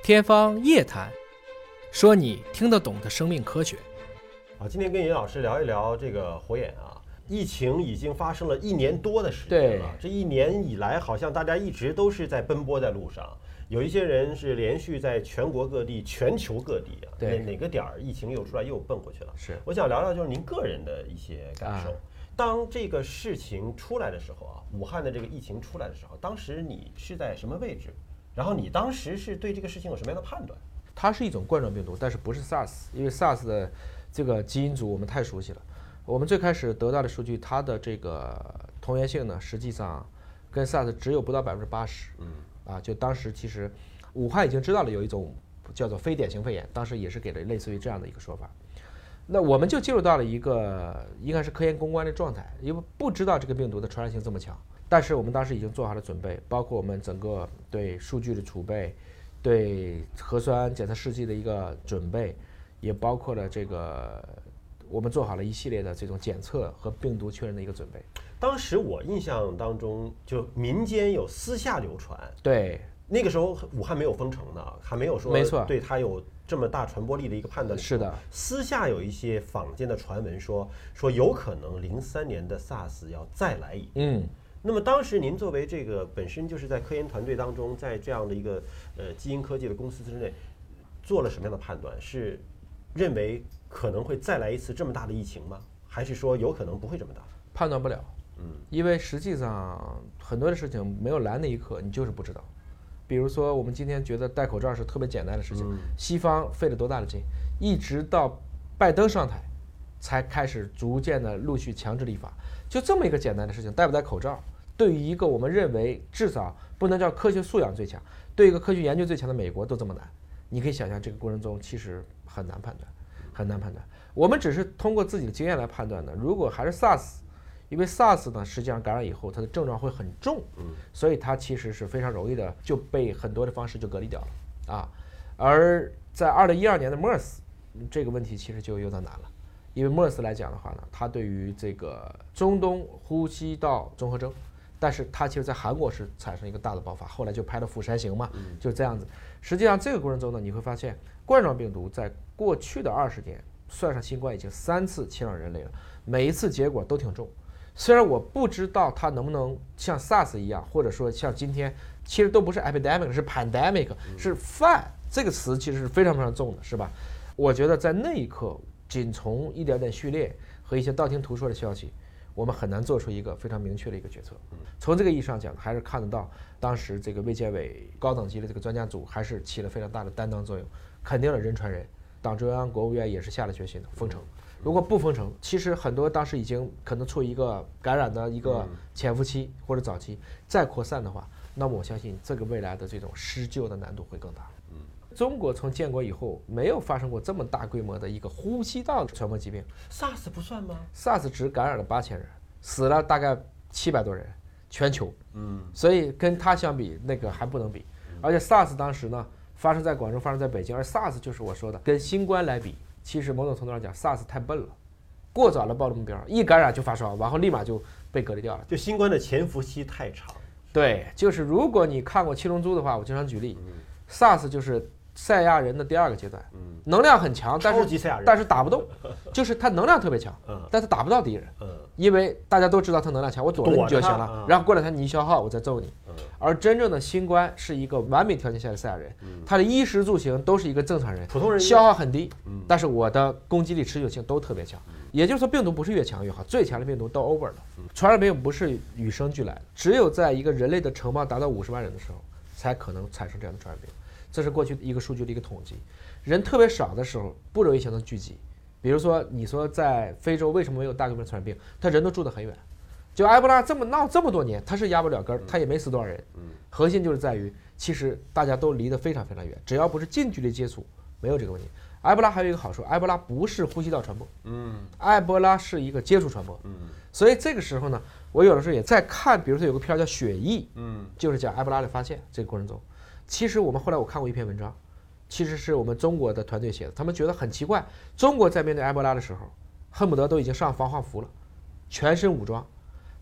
天方夜谭，说你听得懂的生命科学。 好，今天跟尹老师聊一聊这个火眼啊。疫情已经发生了1年多的时间了，这1年以来，好像大家一直都是在奔波在路上。有一些人是连续在全国各地、全球各地啊，哪个点儿疫情又出来又奔回去了。 是， 我想聊聊就是您个人的一些感受。当这个事情出来的时候啊，武汉的这个疫情出来的时候，当时你是在什么位置？然后你当时是对这个事情有什么样的判断？ 它是一种冠状病毒，但是不是 SARS， 因为 SARS 的这个基因组我们太熟悉了。我们最开始得到的数据，它的这个同源性呢，实际上跟 SARS 只有不到80%。就当时其实武汉已经知道了有一种叫做非典型肺炎，当时也是给了类似于这样的一个说法。那我们就进入到了一个应该是科研攻关的状态，因为不知道这个病毒的传染性这么强，但是我们当时已经做好了准备，包括我们整个对数据的储备，对核酸检测试剂的一个准备，也包括了这个我们做好了一系列的这种检测和病毒确认的一个准备。 当时我印象当中，就民间有私下流传， 对， 那个时候武汉没有封城呢，还没有说没错， 对它有这么大传播力的一个判断。 是的， 私下有一些坊间的传闻说有可能03年的 SARS 要再来一遍。那么当时您作为这个本身就是在科研团队当中，在这样的一个基因科技的公司之内，做了什么样的判断？是认为可能会再来一次这么大的疫情吗？还是说有可能不会这么大？ 判断不了。因为实际上很多的事情没有来那一刻，你就是不知道。比如说我们今天觉得戴口罩是特别简单的事情，西方费了多大的劲，一直到拜登上台，才开始逐渐的陆续强制立法。就这么一个简单的事情，戴不戴口罩，对于一个我们认为至少不能叫科学素养最强，对一个科学研究最强的美国都这么难，你可以想象这个过程中其实很难判断，很难判断。我们只是通过自己的经验来判断的。如果还是 SARS， 因为 SARS 呢，实际上感染以后它的症状会很重，所以它其实是非常容易的就被很多的方式就隔离掉了啊。而在2012年的 MERS 这个问题其实就有点难了，因为 MERS 来讲的话呢，它对于这个中东呼吸道综合征，但是它其实在韩国是产生一个大的爆发，后来就拍了《釜山行》嘛，就是这样子。实际上这个过程中呢，你会发现冠状病毒在过去的20年，算上新冠已经3次侵扰人类了，每一次结果都挺重。虽然我不知道它能不能像 SARS 一样，或者说像今天，其实都不是 epidemic， 是 pandemic， 是泛这个词其实是非常非常重的，是吧？我觉得在那一刻，仅从一点点序列和一些道听途说的消息，我们很难做出一个非常明确的一个决策。从这个意义上讲，还是看得到当时这个卫健委高等级的这个专家组还是起了非常大的担当作用，肯定了人传人。党中央、国务院也是下了决心的封城。如果不封城，其实很多当时已经可能处于一个感染的一个潜伏期或者早期，再扩散的话，那么我相信这个未来的这种施救的难度会更大。中国从建国以后没有发生过这么大规模的一个呼吸道传播疾病。 SARS 不算吗？ SARS 只感染了8000人，死了大概700多人，全球。所以跟它相比，那个还不能比。而且 SARS 当时呢，发生在广州，发生在北京，而 SARS 就是我说的，跟新冠来比，其实某种程度上讲 ，SARS 太笨了，过早了暴露目标，一感染就发烧，然后立马就被隔离掉了。 就新冠的潜伏期太长。 对，就是如果你看过《七龙珠》的话，我经常举例，SARS 就是赛亚人的第2个阶段，能量很强，但是打不动，就是他能量特别强，但是打不到敌人，因为大家都知道他能量强，我躲了你就行了，然后过两天你一消耗，我再揍你。而真正的新冠是一个完美条件下的赛亚人，他的衣食住行都是一个正常人， 普通人消耗很低，但是我的攻击力、持久性都特别强。也就是说，病毒不是越强越好，最强的病毒都 over 了。传染病不是与生俱来的，只有在一个人类的城邦达到50万人的时候，才可能产生这样的传染病。这是过去一个数据的一个统计。人特别少的时候，不容易形成聚集。比如说，你说在非洲为什么没有大规模传染病？他人都住得很远。就埃博拉这么闹这么多年，他是压不了根儿，他也没死多少人。核心就是在于，其实大家都离得非常非常远，只要不是近距离接触，没有这个问题。埃博拉还有一个好处，埃博拉不是呼吸道传播，埃博拉是一个接触传播，所以这个时候呢，我有的时候也在看，比如说有个片叫《血疫》，就是讲埃博拉的发现这个过程中，其实我们后来我看过一篇文章，其实是我们中国的团队写的，他们觉得很奇怪，中国在面对埃博拉的时候，恨不得都已经上防化服了，全身武装，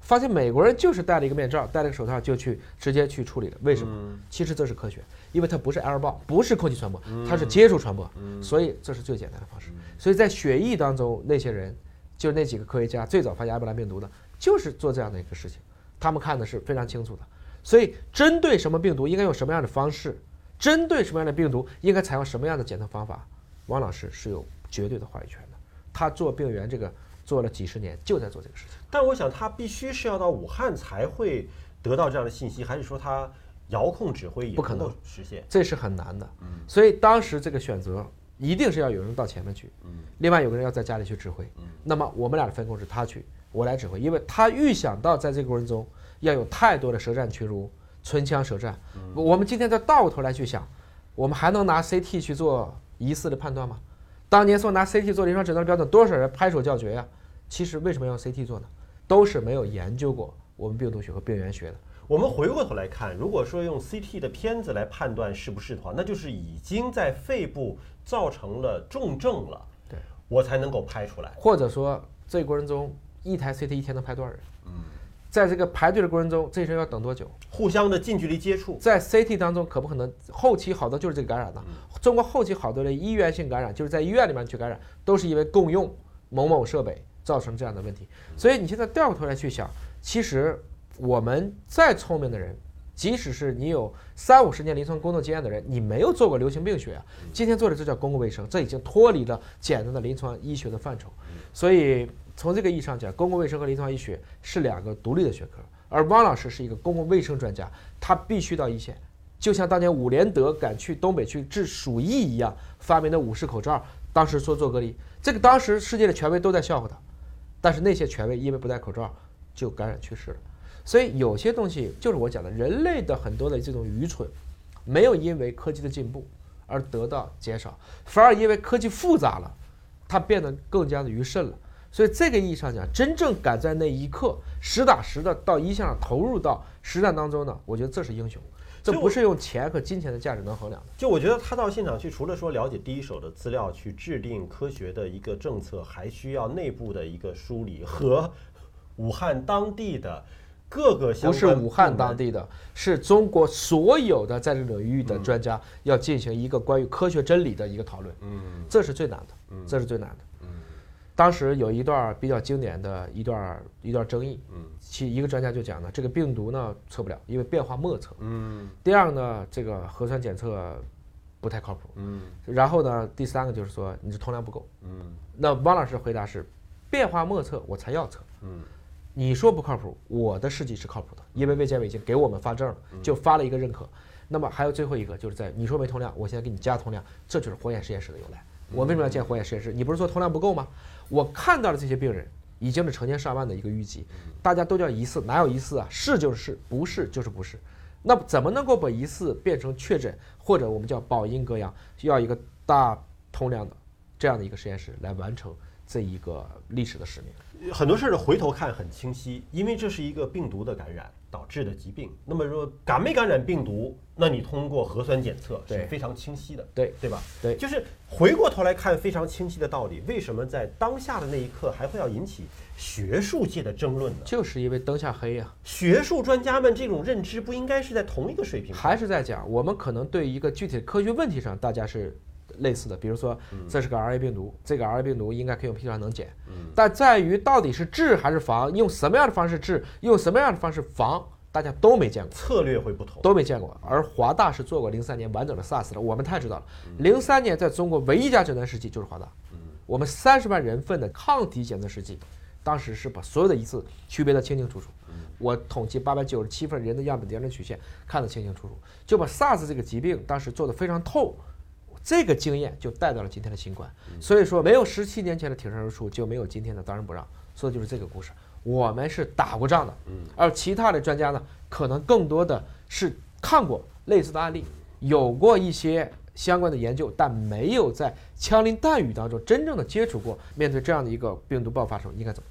发现美国人就是戴了一个面罩，戴了个手套就直接去处理了。为什么？其实这是科学，因为它不是 airborne， 不是空气传播，它是接触传播，所以这是最简单的方式。所以在血液当中，那些人就是那几个科学家最早发现埃博拉病毒的，就是做这样的一个事情，他们看的是非常清楚的。所以针对什么病毒应该用什么样的方式，针对什么样的病毒应该采用什么样的检测方法，王老师是有绝对的话语权的。他做病原这个做了几十年，就在做这个事情。 但我想他必须是要到武汉才会得到这样的信息，还是说他遥控指挥也不可能实现？ 这是很难的。所以当时这个选择一定是要有人到前面去，另外有个人要在家里去指挥。那么我们俩的分工是他去，我来指挥，因为他预想到在这个过程中要有太多的舌战群儒、唇枪舌战。我们今天再倒过头来去想，我们还能拿 CT 去做疑似的判断吗？当年说拿 CT 做临床诊断标准，多少人拍手叫绝呀？其实为什么要 CT 做呢？都是没有研究过我们病毒学和病原学的。 我们回过头来看，如果说用 CT 的片子来判断是不是的话，那就是已经在肺部造成了重症了， 对， 我才能够拍出来。 或者说这个过程中，一台 CT 一天能拍多少人？在这个排队的过程中，这些人要等多久？ 互相的近距离接触， 在 CT 当中可不可能后期好多就是这个感染呢？中国后期好多的医院性感染，就是在医院里面去感染，都是因为共用某某设备造成这样的问题。所以你现在掉过头来去想，其实我们再聪明的人，即使是你有30-50年临床工作经验的人，你没有做过流行病学啊，今天做的这叫公共卫生，这已经脱离了简单的临床医学的范畴。所以从这个意义上讲，公共卫生和临床医学是两个独立的学科，而汪老师是一个公共卫生专家，他必须到一线。就像当年伍连德赶去东北去治鼠疫一样，发明的5式口罩，当时说做隔离，这个当时世界的权威都在笑话他，但是那些权威因为不戴口罩就感染去世了。所以有些东西就是我讲的，人类的很多的这种愚蠢，没有因为科技的进步而得到减少，反而因为科技复杂了，它变得更加的愚慎了。所以这个意义上讲，真正敢在那一刻实打实的到一线上投入到实战当中呢，我觉得这是英雄，这不是用钱和金钱的价值能衡量的。 就我觉得他到现场去，除了说了解第一手的资料，去制定科学的一个政策，还需要内部的一个梳理和武汉当地的各个相关。 不是武汉当地的，是中国所有的在这个领域的专家要进行一个关于科学真理的一个讨论。这是最难的，这是最难的。当时有一段比较经典的一段争议，一个专家就讲呢，这个病毒呢测不了，因为变化莫测。第二呢，这个核酸检测不太靠谱。然后呢，第三个就是说你这通量不够。那汪老师回答是，变化莫测我才要测。你说不靠谱，我的试剂是靠谱的，因为卫健委已经给我们发证了，就发了一个认可。那么还有最后一个，就是在你说没通量，我现在给你加通量，这就是火眼实验室的由来。我为什么要建火眼实验室？你不是说通量不够吗？我看到了这些病人已经是成千上万的一个淤积，大家都叫疑似，哪有疑似啊？是就是是，不是就是不是。那怎么能够把疑似变成确诊，或者我们叫保阴隔阳，需要一个大通量的这样的一个实验室来完成这一个历史的使命。 很多事儿回头看很清晰，因为这是一个病毒的感染导致的疾病。那么说感没感染病毒，那你通过核酸检测是非常清晰的，对吧？ 对， 就是回过头来看非常清晰的道理。为什么在当下的那一刻还会要引起学术界的争论呢？ 就是因为灯下黑呀。 学术专家们这种认知不应该是在同一个水平上？ 还是在讲我们可能对一个具体的科学问题上，大家是类似的，比如说这是个 RA 病毒，这个 RA 病毒应该可以用 PCR 能检，但在于到底是治还是防，用什么样的方式治，用什么样的方式防，大家都没见过， 策略会不同， 都没见过。而华大是做过03年完整的 SARS 的，我们太知道了。03年在中国唯一一家诊断试剂就是华大，我们30万人份的抗体检测试剂，当时是把所有的疑似区别得清清楚楚。我统计897份人的样本DNA曲线看得清清楚楚，就把 SARS 这个疾病当时做得非常透。这个经验就带到了今天的新冠，所以说没有17年前的挺身而出，就没有今天的当仁不让，说的就是这个故事。我们是打过仗的，而其他的专家呢，可能更多的是看过类似的案例，有过一些相关的研究，但没有在枪林弹雨当中真正的接触过，面对这样的一个病毒爆发的时候应该怎么